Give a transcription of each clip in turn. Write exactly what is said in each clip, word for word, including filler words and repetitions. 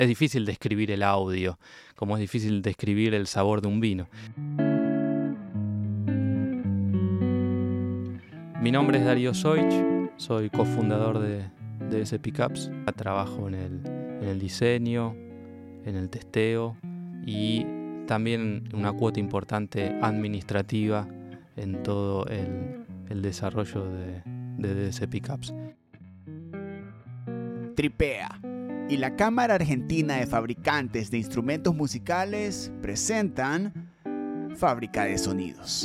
Es difícil describir el audio, como es difícil describir el sabor de un vino. Mi nombre es Darío Soich, soy cofundador de D S Pickups. Trabajo en el, en el diseño, en el testeo y también una cuota importante administrativa en todo el, el desarrollo de, de D S Pickups. Tripea y la Cámara Argentina de Fabricantes de Instrumentos Musicales presentan Fábrica de Sonidos.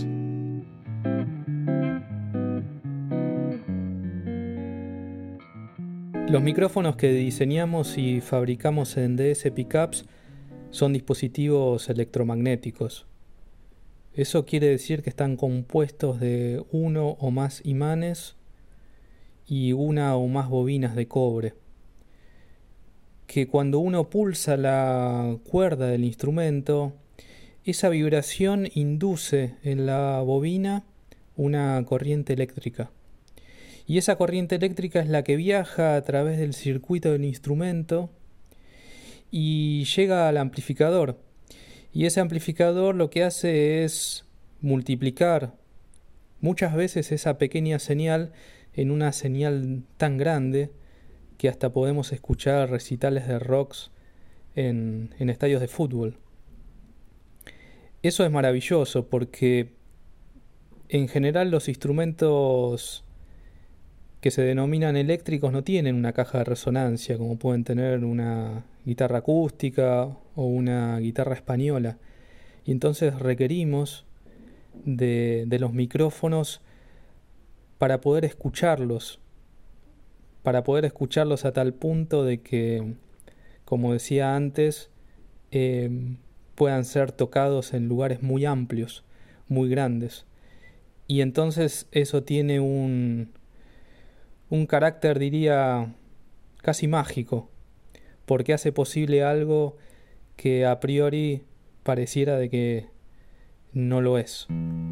Los micrófonos que diseñamos y fabricamos en D S Pickups son dispositivos electromagnéticos. Eso quiere decir que están compuestos de uno o más imanes y una o más bobinas de cobre, que cuando uno pulsa la cuerda del instrumento, esa vibración induce en la bobina una corriente eléctrica. Y esa corriente eléctrica es la que viaja a través del circuito del instrumento y llega al amplificador. Y ese amplificador lo que hace es multiplicar muchas veces esa pequeña señal en una señal tan grande que hasta podemos escuchar recitales de rocks en, en estadios de fútbol. Eso es maravilloso porque en general los instrumentos que se denominan eléctricos no tienen una caja de resonancia como pueden tener una guitarra acústica o una guitarra española. Y entonces requerimos de, de los micrófonos para poder escucharlos, para poder escucharlos a tal punto de que, como decía antes, eh, puedan ser tocados en lugares muy amplios, muy grandes. Y entonces eso tiene un, un carácter, diría, casi mágico, porque hace posible algo que a priori pareciera de que no lo es.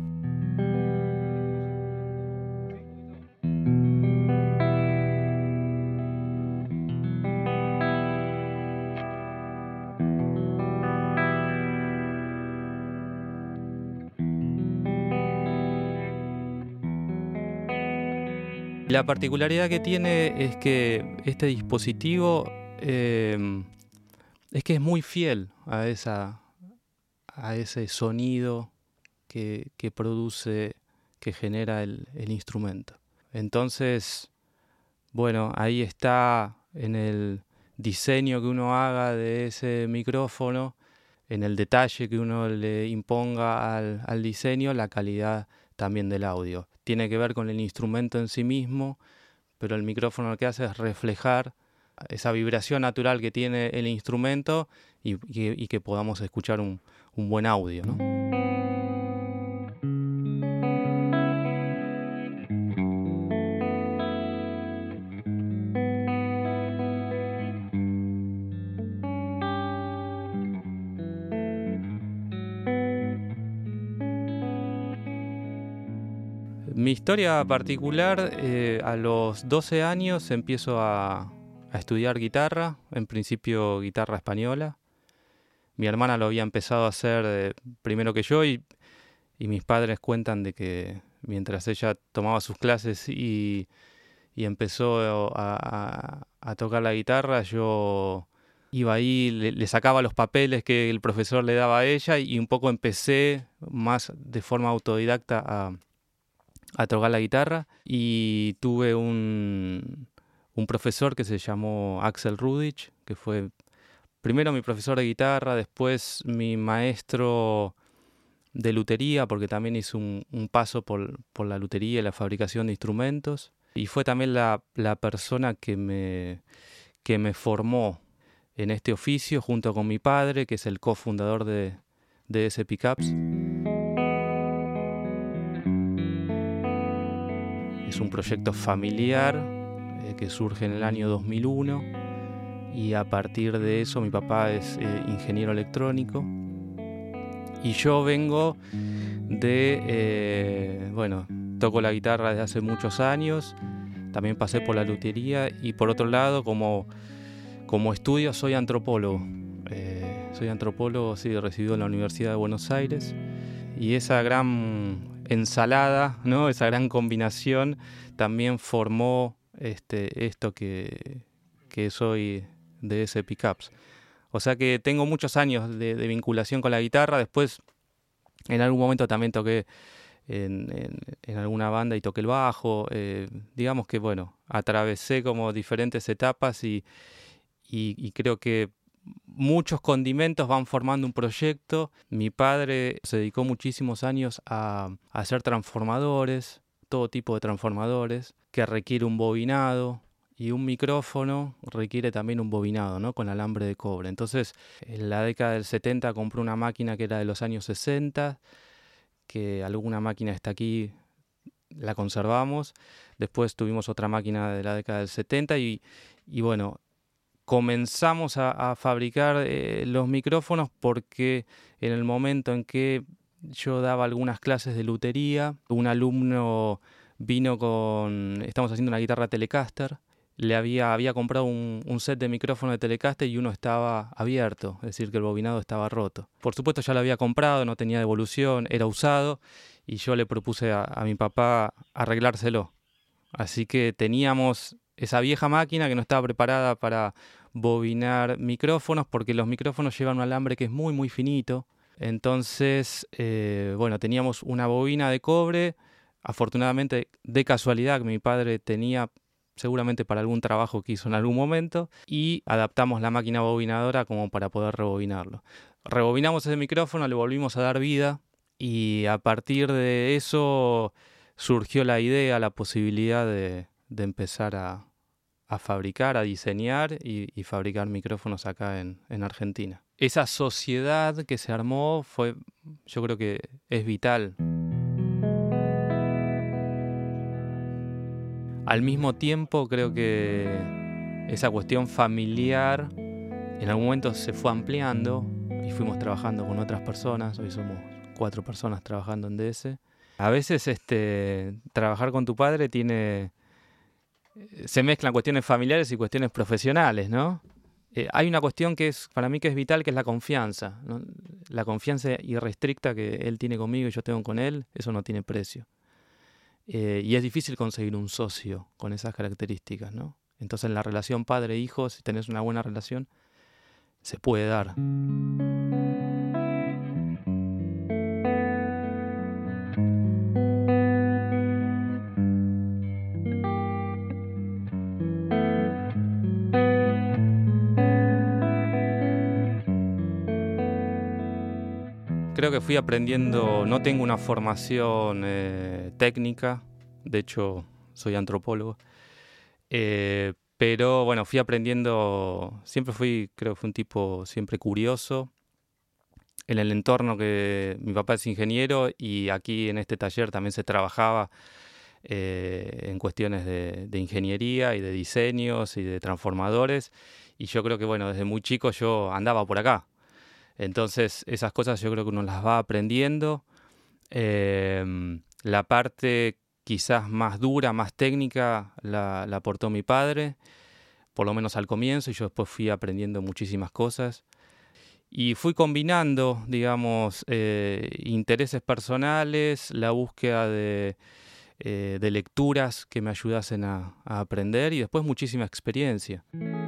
La particularidad que tiene es que este dispositivo eh, es que es muy fiel a, esa, a ese sonido que, que produce, que genera el, el instrumento. Entonces, bueno, ahí está en el diseño que uno haga de ese micrófono, en el detalle que uno le imponga al, al diseño, la calidad también del audio. Tiene que ver con el instrumento en sí mismo, pero el micrófono lo que hace es reflejar esa vibración natural que tiene el instrumento y, y, y que podamos escuchar un, un buen audio, ¿no? Mi historia particular, eh, a los doce años empiezo a, a estudiar guitarra, en principio guitarra española. Mi hermana lo había empezado a hacer eh, primero que yo y, y mis padres cuentan de que mientras ella tomaba sus clases y, y empezó a, a, a tocar la guitarra, yo iba ahí, le, le sacaba los papeles que el profesor le daba a ella y un poco empecé más de forma autodidacta a a tocar la guitarra y tuve un, un profesor que se llamó Axel Rudich, que fue primero mi profesor de guitarra, después mi maestro de lutería, porque también hizo un, un paso por, por la lutería y la fabricación de instrumentos, y fue también la, la persona que me, que me formó en este oficio junto con mi padre, que es el cofundador de D S Pickups. Es un proyecto familiar eh, que surge en el año dos mil uno y a partir de eso mi papá es eh, ingeniero electrónico y yo vengo de, eh, bueno, toco la guitarra desde hace muchos años, también pasé por la lutería y por otro lado como, Como estudio soy antropólogo. Eh, soy antropólogo, sí, residido en la Universidad de Buenos Aires. Y esa gran ensalada, ¿no? Esa gran combinación también formó este, esto que, que soy D S Pickups. O sea que tengo muchos años de, de vinculación con la guitarra. Después, en algún momento también toqué en, en, en alguna banda y toqué el bajo. Eh, digamos que, bueno, atravesé como diferentes etapas y, y, y creo que muchos condimentos van formando un proyecto. Mi padre se dedicó muchísimos años a, a hacer transformadores, todo tipo de transformadores, que requiere un bobinado. Y un micrófono requiere también un bobinado, ¿no? Con alambre de cobre. Entonces, en la década del setenta compré una máquina que era de los años sesenta, que alguna máquina está aquí, la conservamos. Después tuvimos otra máquina de la década del setenta y, y bueno, comenzamos a, a fabricar eh, los micrófonos porque en el momento en que yo daba algunas clases de lutería, un alumno vino con... Estamos haciendo una guitarra Telecaster. Le había, había comprado un, un set de micrófono de Telecaster y uno estaba abierto, es decir, que el bobinado estaba roto. Por supuesto ya lo había comprado, no tenía devolución, era usado, y yo le propuse a, a mi papá arreglárselo. Así que teníamos esa vieja máquina que no estaba preparada para bobinar micrófonos, porque los micrófonos llevan un alambre que es muy, muy finito. Entonces, eh, bueno, teníamos una bobina de cobre, afortunadamente, de casualidad, que mi padre tenía seguramente para algún trabajo que hizo en algún momento, y adaptamos la máquina bobinadora como para poder rebobinarlo. Rebobinamos ese micrófono, le volvimos a dar vida, y a partir de eso surgió la idea, la posibilidad de, de empezar a, a fabricar, a diseñar y, y fabricar micrófonos acá en, en Argentina. Esa sociedad que se armó fue, yo creo que es vital. Al mismo tiempo, creo que esa cuestión familiar en algún momento se fue ampliando y fuimos trabajando con otras personas. Hoy somos cuatro personas trabajando en D S. A veces este, trabajar con tu padre tiene... se mezclan cuestiones familiares y cuestiones profesionales, ¿no? Eh, hay una cuestión que es para mí que es vital, que es la confianza, ¿no? La confianza irrestricta que él tiene conmigo y yo tengo con él, eso no tiene precio. Eh, y es difícil conseguir un socio con esas características, ¿no? Entonces, en la relación padre-hijo, si tenés una buena relación, se puede dar. Creo que fui aprendiendo, no tengo una formación eh, técnica, de hecho soy antropólogo, eh, pero bueno, fui aprendiendo, siempre fui, creo que fui un tipo siempre curioso, en el entorno que mi papá es ingeniero y aquí en este taller también se trabajaba eh, en cuestiones de, de ingeniería y de diseños y de transformadores, y yo creo que bueno, desde muy chico yo andaba por acá. Entonces, esas cosas yo creo que uno las va aprendiendo. Eh, la parte quizás más dura, más técnica, la, la aportó mi padre, por lo menos al comienzo, y yo después fui aprendiendo muchísimas cosas. Y fui combinando, digamos, eh, intereses personales, la búsqueda de, eh, de lecturas que me ayudasen a, a aprender, y después muchísima experiencia.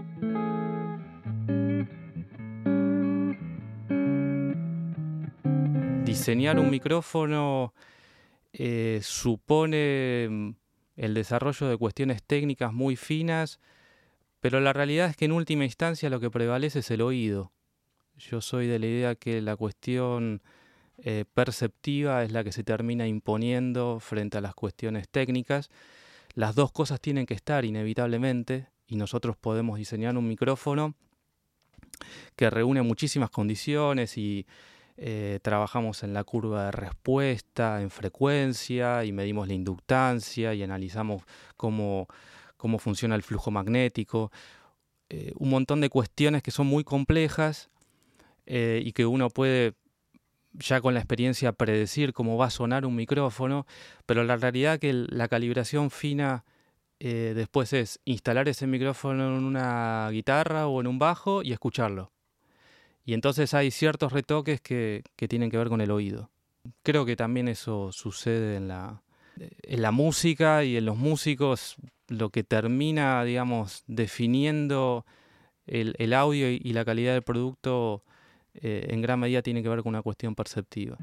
Diseñar un micrófono eh, supone el desarrollo de cuestiones técnicas muy finas, pero la realidad es que en última instancia lo que prevalece es el oído. Yo soy de la idea que la cuestión eh, perceptiva es la que se termina imponiendo frente a las cuestiones técnicas. Las dos cosas tienen que estar inevitablemente, y nosotros podemos diseñar un micrófono que reúne muchísimas condiciones y Eh, trabajamos en la curva de respuesta, en frecuencia, y medimos la inductancia y analizamos cómo, cómo funciona el flujo magnético. Eh, un montón de cuestiones que son muy complejas eh, y que uno puede ya con la experiencia predecir cómo va a sonar un micrófono, pero la realidad es que la calibración fina Eh, después es instalar ese micrófono en una guitarra o en un bajo y escucharlo. Y entonces hay ciertos retoques que, que tienen que ver con el oído. Creo que también eso sucede en la, en la música y en los músicos. Lo que termina, digamos, definiendo el, el audio y, y la calidad del producto eh, en gran medida tiene que ver con una cuestión perceptiva.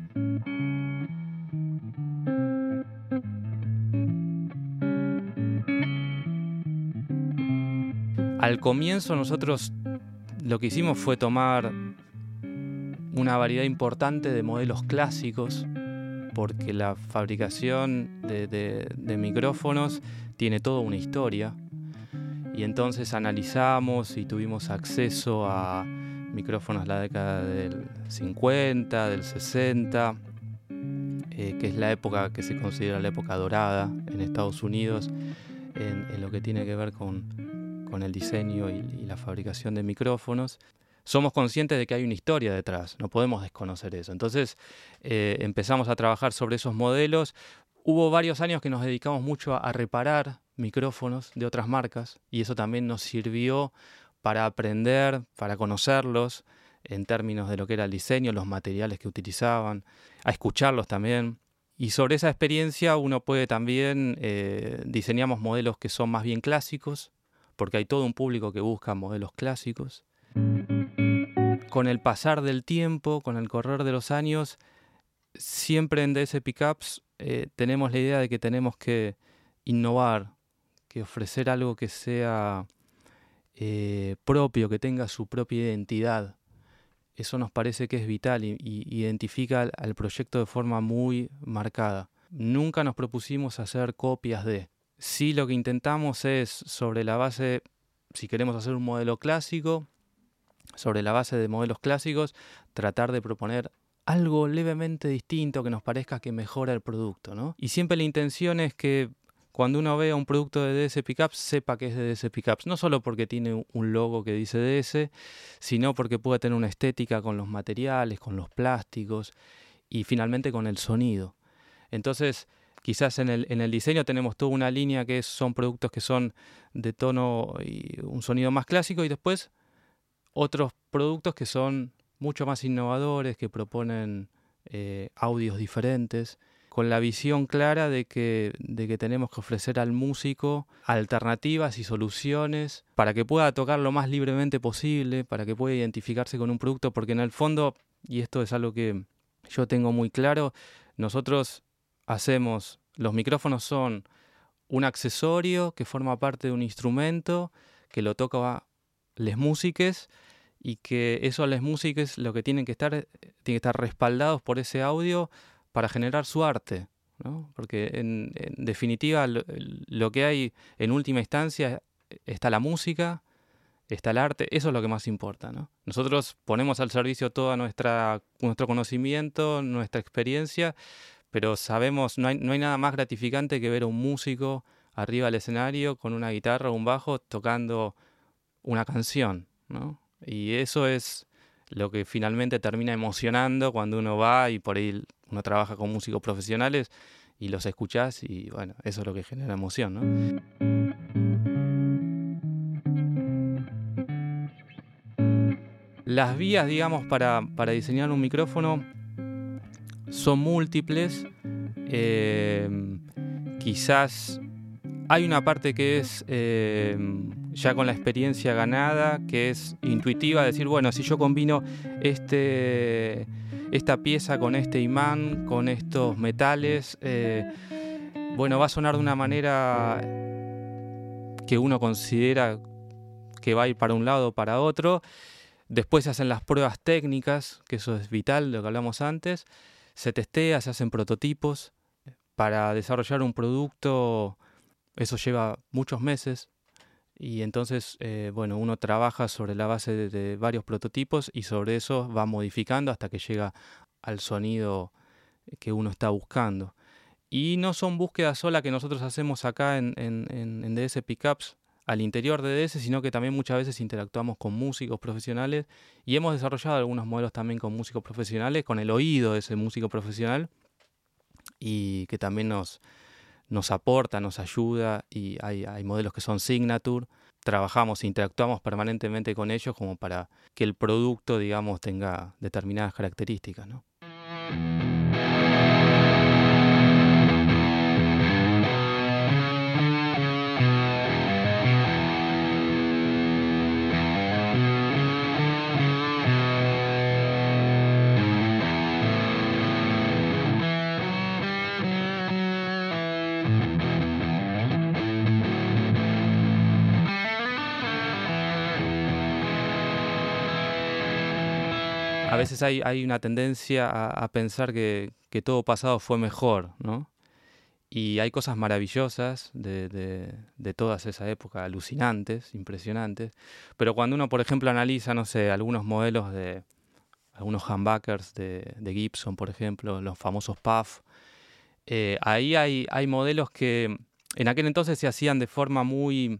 Al comienzo nosotros lo que hicimos fue tomar una variedad importante de modelos clásicos, porque la fabricación de, de, de micrófonos tiene toda una historia, y entonces analizamos y tuvimos acceso a micrófonos de la década del cincuenta, del sesenta, eh, que es la época que se considera la época dorada en Estados Unidos, en, en lo que tiene que ver con, con el diseño y, y la fabricación de micrófonos. Somos conscientes de que hay una historia detrás, no podemos desconocer eso. Entonces eh, empezamos a trabajar sobre esos modelos. Hubo varios años que nos dedicamos mucho a, a reparar micrófonos de otras marcas, y eso también nos sirvió para aprender, para conocerlos en términos de lo que era el diseño, los materiales que utilizaban, a escucharlos también. Y sobre esa experiencia uno puede también, eh, diseñamos modelos que son más bien clásicos, porque hay todo un público que busca modelos clásicos. Con el pasar del tiempo, con el correr de los años, siempre en D S Pickups eh, tenemos la idea de que tenemos que innovar, que ofrecer algo que sea eh, propio, que tenga su propia identidad. Eso nos parece que es vital y, y identifica al, al proyecto de forma muy marcada. Nunca nos propusimos hacer copias de. Sí, lo que intentamos es, sobre la base, si queremos hacer un modelo clásico, sobre la base de modelos clásicos, tratar de proponer algo levemente distinto que nos parezca que mejora el producto, ¿no? Y siempre la intención es que cuando uno vea un producto de D S Pickups, sepa que es de D S Pickups, no solo porque tiene un logo que dice D S, sino porque puede tener una estética con los materiales, con los plásticos y finalmente con el sonido. Entonces, quizás en el, en el diseño tenemos toda una línea que es, son productos que son de tono y un sonido más clásico, y después otros productos que son mucho más innovadores, que proponen eh, audios diferentes, con la visión clara de que, de que tenemos que ofrecer al músico alternativas y soluciones para que pueda tocar lo más libremente posible, para que pueda identificarse con un producto, porque en el fondo, y esto es algo que yo tengo muy claro, nosotros hacemos, los micrófonos son un accesorio que forma parte de un instrumento que lo toca les músiques, y que esos les músiques lo que tienen que estar, tienen que estar respaldados por ese audio para generar su arte, ¿no? Porque en, en definitiva lo, lo que hay en última instancia está la música, está el arte, eso es lo que más importa, ¿no? Nosotros ponemos al servicio todo nuestra, nuestro conocimiento, nuestra experiencia, pero sabemos, no hay, no hay nada más gratificante que ver a un músico arriba del escenario con una guitarra o un bajo tocando una canción, ¿no? Y eso es lo que finalmente termina emocionando cuando uno va y por ahí uno trabaja con músicos profesionales y los escuchás, y bueno, eso es lo que genera emoción, ¿no? Las vías, digamos, para, para diseñar un micrófono son múltiples. Eh, quizás hay una parte que es eh, ya con la experiencia ganada, que es intuitiva, decir, bueno, si yo combino este, esta pieza con este imán, con estos metales, eh, bueno, va a sonar de una manera que uno considera que va a ir para un lado o para otro. Después se hacen las pruebas técnicas, que eso es vital, lo que hablamos antes. Se testea, se hacen prototipos. Para desarrollar un producto, eso lleva muchos meses. Y entonces, eh, bueno, uno trabaja sobre la base de, de varios prototipos y sobre eso va modificando hasta que llega al sonido que uno está buscando. Y no son búsquedas solas que nosotros hacemos acá en, en, en D S Pickups al interior de D S, sino que también muchas veces interactuamos con músicos profesionales y hemos desarrollado algunos modelos también con músicos profesionales, con el oído de ese músico profesional, y que también nos, nos aporta, nos ayuda, y hay, hay modelos que son signature. Trabajamos, interactuamos permanentemente con ellos como para que el producto, digamos, tenga determinadas características, ¿no? A veces hay, hay una tendencia a, a pensar que, que todo pasado fue mejor, ¿no? Y hay cosas maravillosas de, de, de todas esa época, alucinantes, impresionantes. Pero cuando uno, por ejemplo, analiza, no sé, algunos modelos de algunos humbuckers de, de Gibson, por ejemplo, los famosos Puff, eh, ahí hay, hay modelos que en aquel entonces se hacían de forma muy...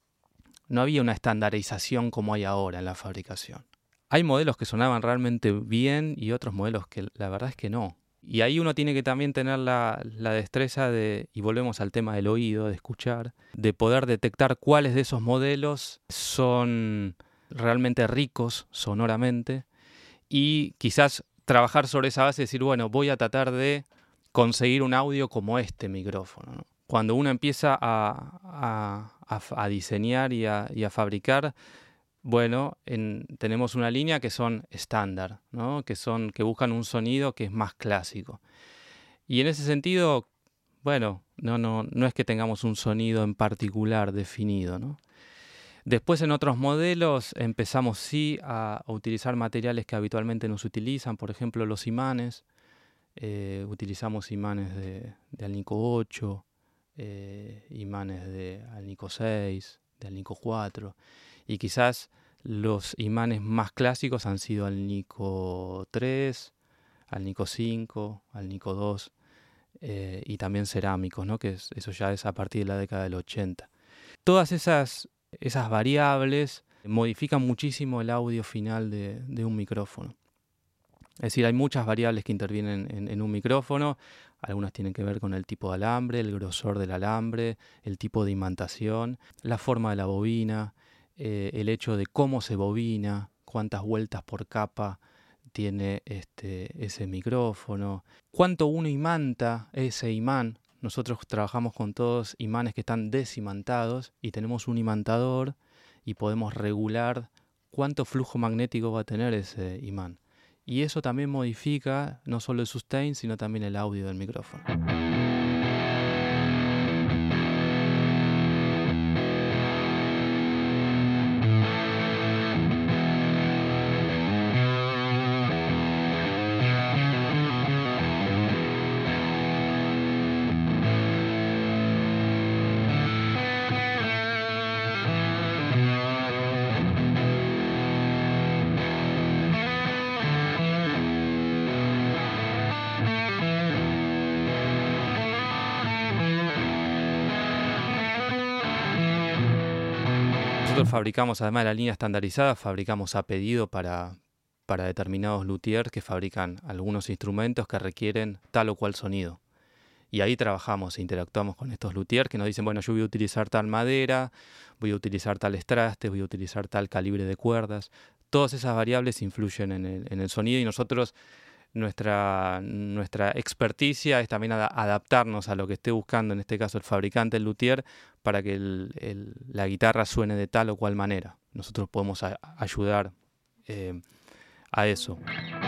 No había una estandarización como hay ahora en la fabricación. Hay modelos que sonaban realmente bien y otros modelos que la verdad es que no. Y ahí uno tiene que también tener la, la destreza de, y volvemos al tema del oído, de escuchar, de poder detectar cuáles de esos modelos son realmente ricos sonoramente y quizás trabajar sobre esa base y decir, bueno, voy a tratar de conseguir un audio como este micrófono, ¿no? Cuando uno empieza a, a, a, a diseñar y a, y a fabricar, bueno, en, tenemos una línea que son estándar, ¿no? Que son, que buscan un sonido que es más clásico. Y en ese sentido, bueno, no, no, no es que tengamos un sonido en particular definido, ¿no? Después en otros modelos empezamos sí a, a utilizar materiales que habitualmente no se utilizan, por ejemplo los imanes. Eh, utilizamos imanes de, de Alnico ocho, eh, imanes de Alnico seis, de Alnico cuatro. Y quizás los imanes más clásicos han sido Alnico tres, Alnico cinco, Alnico dos, eh, y también cerámicos, ¿no? Que es, eso ya es a partir de la década del ochenta. Todas esas, esas variables modifican muchísimo el audio final de, de un micrófono. Es decir, hay muchas variables que intervienen en, en un micrófono. Algunas tienen que ver con el tipo de alambre, el grosor del alambre, el tipo de imantación, la forma de la bobina, eh, el hecho de cómo se bobina, cuántas vueltas por capa tiene este, ese micrófono, cuánto uno imanta ese imán. Nosotros trabajamos con todos imanes que están desimantados y tenemos un imantador y podemos regular cuánto flujo magnético va a tener ese imán. Y eso también modifica no solo el sustain, sino también el audio del micrófono. Nosotros fabricamos, además de la línea estandarizada, fabricamos a pedido para, para determinados luthiers que fabrican algunos instrumentos que requieren tal o cual sonido. Y ahí trabajamos, interactuamos con estos luthiers que nos dicen, bueno, yo voy a utilizar tal madera, voy a utilizar tales trastes, voy a utilizar tal calibre de cuerdas. Todas esas variables influyen en el, en el sonido y nosotros, nuestra, nuestra experticia es también ad- adaptarnos a lo que esté buscando, en este caso el fabricante, el luthier, para que el, el, la guitarra suene de tal o cual manera. Nosotros podemos a, ayudar eh, a eso.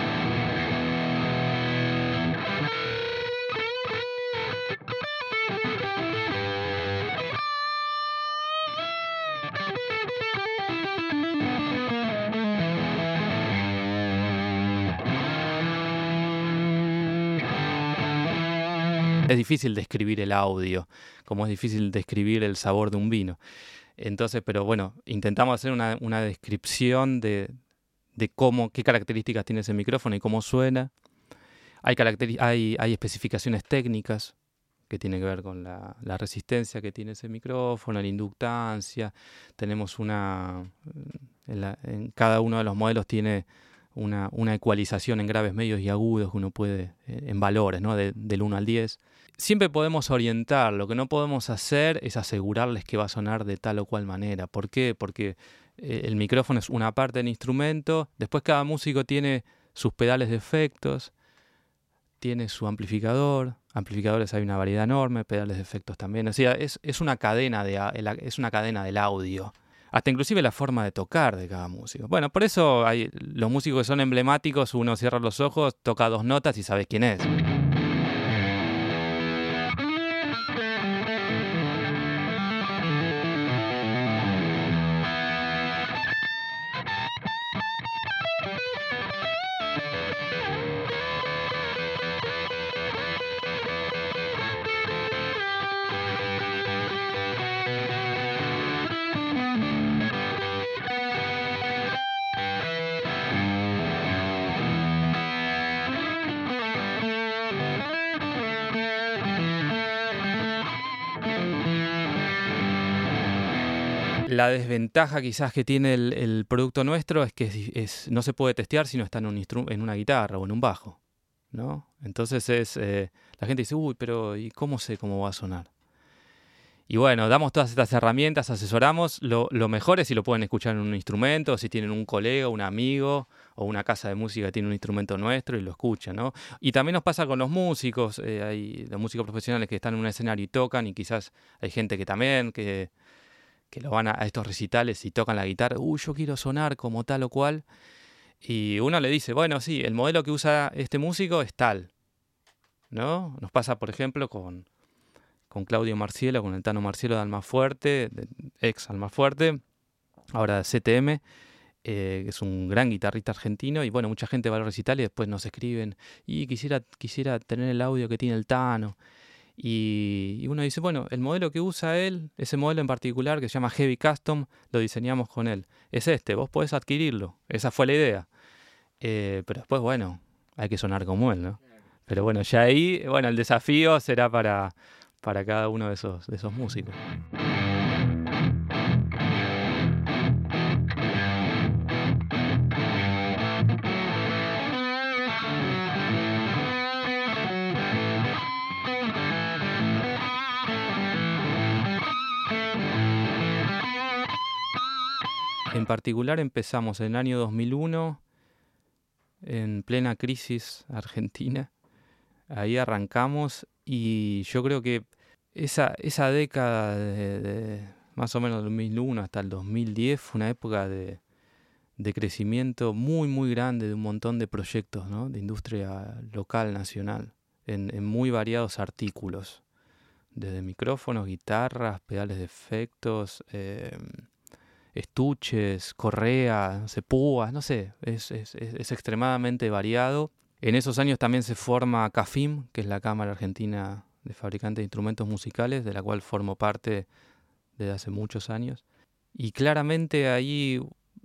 Es difícil describir el audio, como es difícil describir el sabor de un vino. Entonces, pero bueno, intentamos hacer una, una descripción de, de cómo, qué características tiene ese micrófono y cómo suena. Hay, hay, hay especificaciones técnicas que tienen que ver con la, la resistencia que tiene ese micrófono, la inductancia. Tenemos una... En, la, en cada uno de los modelos tiene una, una ecualización en graves, medios y agudos que uno puede, eh, en valores, ¿no? De, del uno al diez. Siempre podemos orientar, lo que no podemos hacer es asegurarles que va a sonar de tal o cual manera. ¿Por qué? Porque eh, el micrófono es una parte del instrumento, después cada músico tiene sus pedales de efectos, tiene su amplificador, amplificadores hay una variedad enorme, pedales de efectos también. O sea, es, es, una cadena de, es una cadena del audio. Hasta inclusive la forma de tocar de cada músico. Bueno, por eso hay los músicos que son emblemáticos, uno cierra los ojos, toca dos notas y sabes quién es. La desventaja quizás que tiene el, el producto nuestro es que es, es, no se puede testear si no está en, un instru- en una guitarra o en un bajo, ¿no? Entonces es eh, la gente dice, uy, pero ¿y cómo sé cómo va a sonar? Y bueno, damos todas estas herramientas, asesoramos. Lo, lo mejor es si lo pueden escuchar en un instrumento, si tienen un colega, un amigo o una casa de música que tiene un instrumento nuestro y lo escuchan, ¿no? Y también nos pasa con los músicos, eh, hay los músicos profesionales que están en un escenario y tocan, y quizás hay gente que también, que... que lo van a, a estos recitales y tocan la guitarra, uy, yo quiero sonar como tal o cual, y uno le dice, bueno, sí, el modelo que usa este músico es tal, ¿no? Nos pasa, por ejemplo, con, con Claudio Marcielo, con el Tano Marcielo de Almafuerte, de, ex Almafuerte, ahora de C T M, eh, que es un gran guitarrista argentino, y bueno, mucha gente va al recital y después nos escriben, y quisiera, quisiera tener el audio que tiene el Tano. Y, y uno dice, bueno, el modelo que usa él, ese modelo en particular que se llama Heavy Custom, lo diseñamos con él. Es este, vos podés adquirirlo. Esa fue la idea. Eh, pero después, bueno, hay que sonar como él, ¿no? Pero bueno, ya ahí, bueno, el desafío será para, para cada uno de esos, de esos músicos. En particular empezamos en el año dos mil uno, en plena crisis argentina. Ahí arrancamos y yo creo que esa, esa década de, de más o menos del dos mil uno hasta el dos mil diez fue una época de, de crecimiento muy, muy grande de un montón de proyectos, ¿no? De industria local, nacional, en, en muy variados artículos, desde micrófonos, guitarras, pedales de efectos, eh, estuches, correas, no sé, púas, no sé, es, es, es extremadamente variado. En esos años también se forma CAFIM, que es la Cámara Argentina de Fabricantes de Instrumentos Musicales, de la cual formo parte desde hace muchos años. Y claramente ahí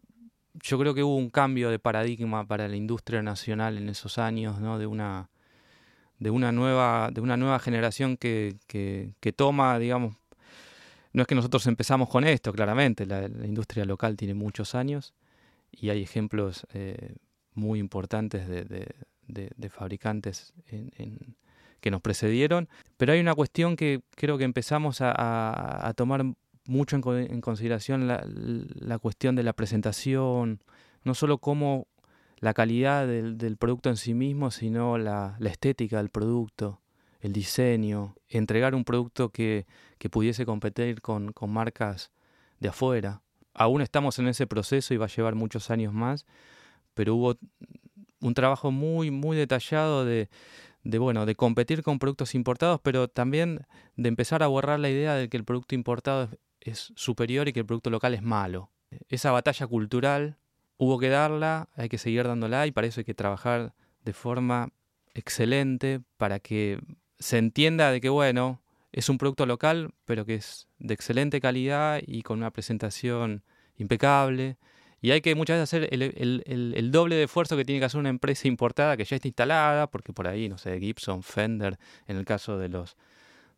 yo creo que hubo un cambio de paradigma para la industria nacional en esos años, ¿no? De una, de una, nueva, de una nueva generación que, que, que toma, digamos, no es que nosotros empezamos con esto, claramente, la, la industria local tiene muchos años y hay ejemplos eh, muy importantes de, de, de, de fabricantes en, en, que nos precedieron, pero hay una cuestión que creo que empezamos a, a, a tomar mucho en, en consideración, la, la cuestión de la presentación, no solo como la calidad del, del producto en sí mismo, sino la, la estética del producto, el diseño, entregar un producto que, que pudiese competir con, con marcas de afuera. Aún estamos en ese proceso y va a llevar muchos años más, pero hubo un trabajo muy, muy detallado de, de, bueno, de competir con productos importados, pero también de empezar a borrar la idea de que el producto importado es, es superior y que el producto local es malo. Esa batalla cultural hubo que darla, hay que seguir dándola y para eso hay que trabajar de forma excelente para que se entienda de que, bueno, es un producto local, pero que es de excelente calidad y con una presentación impecable. Y hay que muchas veces hacer el, el, el, el doble de esfuerzo que tiene que hacer una empresa importada que ya está instalada, porque por ahí, no sé, Gibson, Fender, en el caso de los,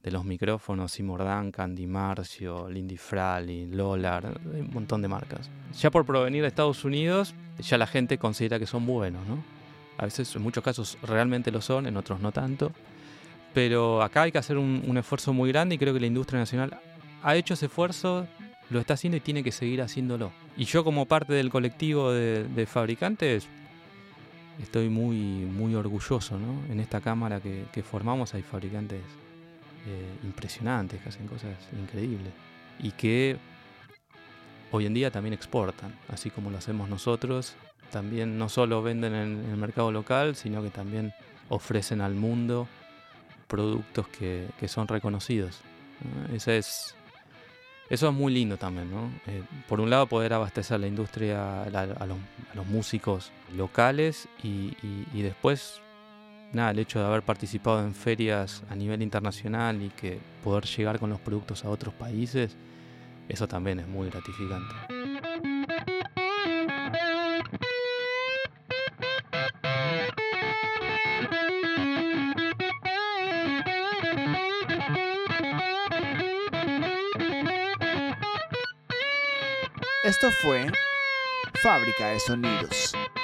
de los micrófonos, Seymour Duncan, Di Marcio, Lindy Fraley, Lolar, un montón de marcas. Ya por provenir de Estados Unidos, ya la gente considera que son buenos, ¿no? A veces, en muchos casos, realmente lo son, en otros no tanto. Pero acá hay que hacer un, un esfuerzo muy grande y creo que la industria nacional ha hecho ese esfuerzo, lo está haciendo y tiene que seguir haciéndolo. Y yo, como parte del colectivo de, de fabricantes, estoy muy, muy orgulloso, ¿no? En esta cámara que, que formamos hay fabricantes eh, impresionantes, que hacen cosas increíbles y que hoy en día también exportan, así como lo hacemos nosotros. También no solo venden en, en el mercado local, sino que también ofrecen al mundo productos que, que son reconocidos, ¿no? Ese es, eso es muy lindo también, ¿no? Eh, por un lado, poder abastecer la industria, a, a, los, a los músicos locales y, y, y después, nada, el hecho de haber participado en ferias a nivel internacional y que poder llegar con los productos a otros países, eso también es muy gratificante. Esto fue Fábrica de Sonidos.